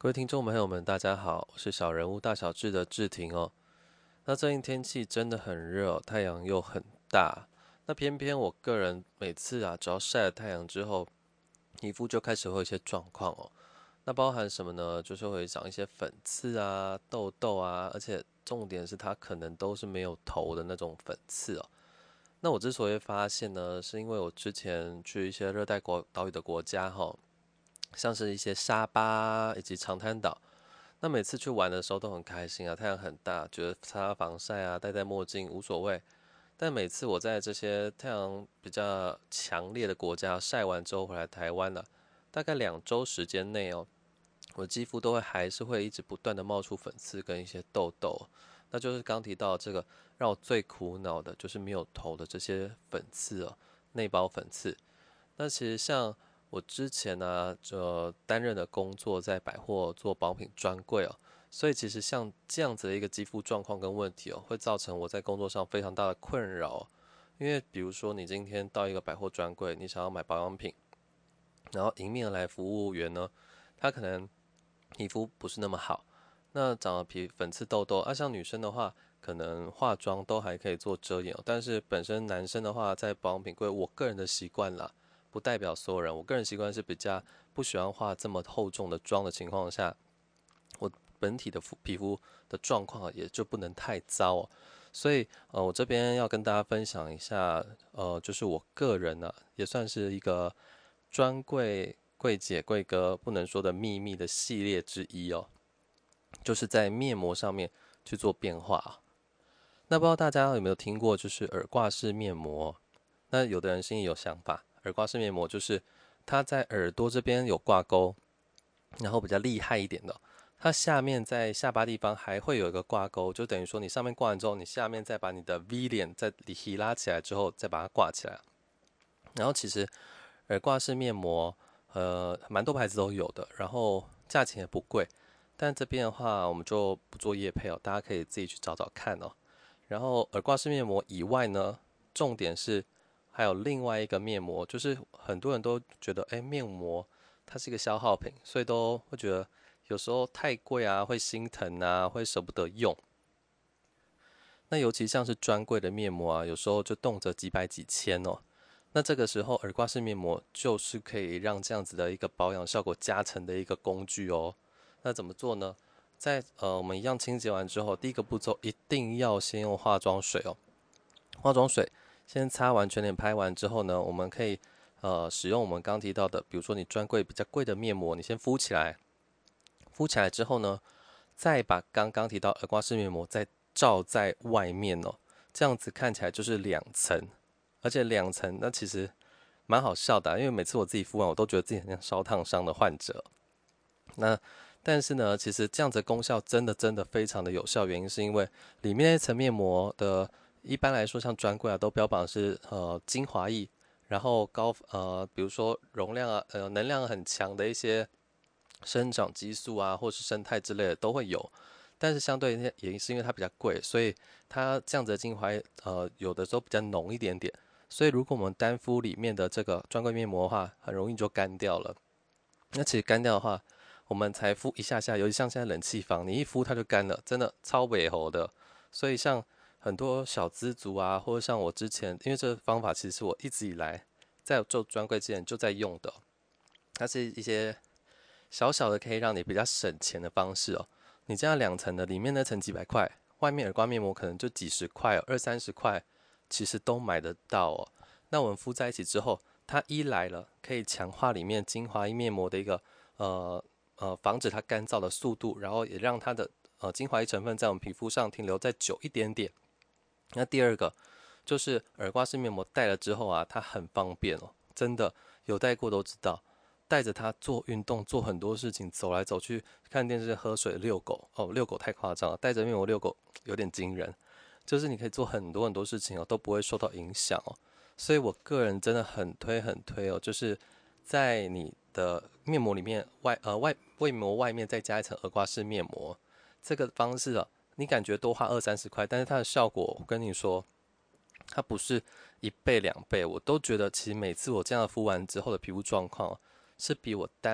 各位听众朋友们，大家好，我是小人物大小志的志廷哦。那最近天气真的很热哦，太阳又很大。那偏偏我个人每次只要晒了太阳之后，皮肤就开始会有一些状况哦。那包含什么呢？就是会长一些粉刺啊、痘痘啊，而且重点是它可能都是没有头的那种粉刺哦。那我之所以发现呢，是因为我之前去一些热带岛屿的国家哈，像是一些沙巴以及长滩岛。那每次去玩的时候都很开心啊，太阳很大，觉得擦防晒啊，戴墨镜无所谓。但每次我在这些太阳比较强烈的国家晒完之后回来台湾了，大概2周时间内哦，我的肌肤都还是会一直不断的冒出粉刺跟一些痘痘。那就是刚提到这个让我最苦恼的就是没有头的这些粉刺哦，内包粉刺。那其实像我之前呢，担任的工作在百货做保品专柜哦，所以其实像这样子的一个肌肤状况跟问题哦，会造成我在工作上非常大的困扰哦。因为比如说你今天到一个百货专柜，你想要买保养品，然后迎面而来服务员呢，他可能皮肤不是那么好，那长了粉刺痘痘啊，像女生的话，可能化妆都还可以做遮掩哦，但是本身男生的话，在保养品柜，我个人的习惯啦，不代表所有人，我个人习惯是比较不喜欢化这么厚重的妆的情况下，我本体的皮肤的状况也就不能太糟哦。所以我这边要跟大家分享一下，就是我个人呢、也算是一个专柜柜姐柜哥不能说的秘密的系列之一哦，就是在面膜上面去做变化。那不知道大家有没有听过，就是耳挂式面膜？那有的人心里有想法，耳挂式面膜就是它在耳朵这边有挂钩，然后比较厉害一点的，它下面在下巴地方还会有一个挂钩，就等于说你上面挂完之后，你下面再把你的 V 脸再提拉起来之后，再把它挂起来。然后其实耳挂式面膜，蛮多牌子都有的，然后价钱也不贵。但这边的话，我们就不做业配哦，大家可以自己去找找看哦。然后耳挂式面膜以外呢，重点是还有另外一个面膜，就是很多人都觉得，面膜它是一个消耗品，所以都会觉得有时候太贵啊，会心疼啊，会舍不得用。那尤其像是专柜的面膜啊，有时候就动辄几百几千哦。那这个时候耳挂式面膜就是可以让这样子的一个保养效果加成的一个工具哦。那怎么做呢？在我们一样清洁完之后，第一个步骤一定要先用化妆水哦。化妆水先擦完全脸拍完之后呢，我们可以使用我们刚提到的，比如说你专柜比较贵的面膜，你先敷起来，敷起来之后呢，再把刚刚提到耳挂式面膜再罩在外面哦，这样子看起来就是2层，而且2层那其实蛮好笑的因为每次我自己敷完，我都觉得自己很像烧烫伤的患者。那但是呢，其实这样子的功效真的非常的有效，原因是因为里面那层面膜的，一般来说像专柜都标榜是精华液，然后比如说容量能量很强的一些生长激素啊，或是生态之类的都会有。但是相对也是因为它比较贵，所以它这样子的精华液有的时候比较浓一点点。所以如果我们单敷里面的这个专柜面膜的话，很容易就干掉了。那其实干掉的话，我们才敷一下下，尤其像现在冷气房，你一敷它就干了，真的超尾喉的。所以像很多小资族啊，或者像我之前，因为这个方法其实是我一直以来在做专柜之前就在用的，它是一些小小的可以让你比较省钱的方式哦。你这样2层的，里面那层几百块，外面耳挂面膜可能就几十块哦，20-30块，其实都买得到哦。那我们敷在一起之后，它一来了，可以强化里面精华液面膜的一个防止它干燥的速度，然后也让它的精华液成分在我们皮肤上停留再久一点点。那第二个就是耳挂式面膜戴了之后啊，它很方便哦，真的有戴过都知道。带着它做运动，做很多事情，走来走去，看电视、喝水、遛狗。哦，遛狗太夸张了，带着面膜遛狗有点惊人。就是你可以做很多事情哦，都不会受到影响哦。所以我个人真的很推哦，就是在你的面膜里面外膜外面再加一层耳挂式面膜，这个方式啊，你感觉多花20-30块，但是它的效果，我跟你说，它不是1倍2倍，我都觉得其实每次我这样敷完之后的皮肤状况是比我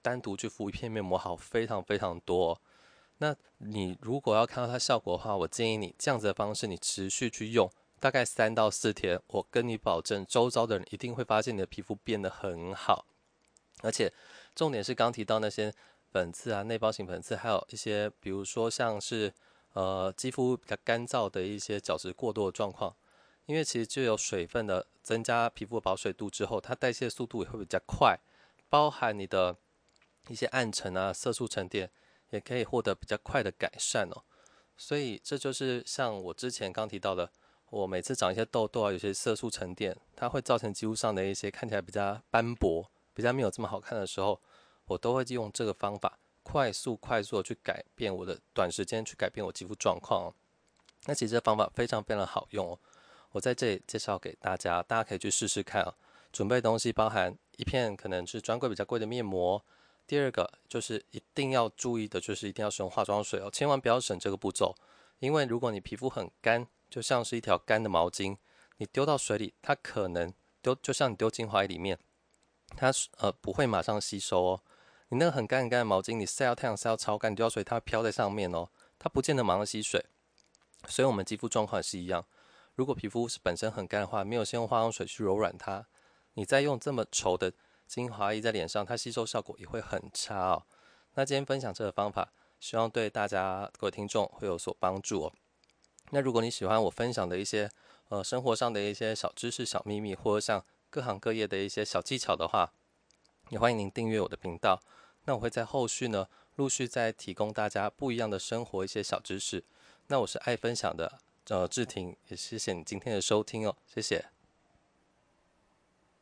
单独去敷一片面膜好非常非常多哦。那你如果要看到它效果的话，我建议你这样子的方式，你持续去用，大概3到4天，我跟你保证，周遭的人一定会发现你的皮肤变得很好。而且重点是刚提到那些粉刺啊、内包型粉刺，还有一些比如说像是肌肤比较干燥的一些角质过多的状况，因为其实就有水分的增加皮肤的保水度之后，它代谢速度也会比较快，包含你的一些暗沉啊、色素沉淀，也可以获得比较快的改善哦。所以这就是像我之前刚提到的，我每次长一些痘痘啊，有些色素沉淀，它会造成肌肤上的一些看起来比较斑驳、比较没有这么好看的时候，我都会用这个方法，快速的去改变我的短时间去改变我肌肤状况哦。那其实这方法非常非常好用哦，我在这里介绍给大家，大家可以去试试看啊。准备东西包含一片可能是专柜比较贵的面膜，第二个就是一定要注意的，就是一定要使用化妆水哦，千万不要省这个步骤，因为如果你皮肤很干，就像是一条干的毛巾，你丢到水里，它可能就像你丢进怀里面，它不会马上吸收哦。你那个很干很干的毛巾，你晒到太阳晒到超干，你丢到水，它会飘在上面哦，它不见得马上吸水。所以我们肌肤状况也是一样，如果皮肤是本身很干的话，没有先用化妆水去柔软它，你再用这么稠的精华液在脸上，它吸收效果也会很差哦。那今天分享这个方法，希望对大家各位听众会有所帮助哦。那如果你喜欢我分享的一些生活上的一些小知识、小秘密，或者像各行各业的一些小技巧的话，也欢迎您订阅我的频道。那我会在后续呢，陆续再提供大家不一样的生活一些小知识。那我是爱分享的志婷，也谢谢你今天的收听哦，谢谢。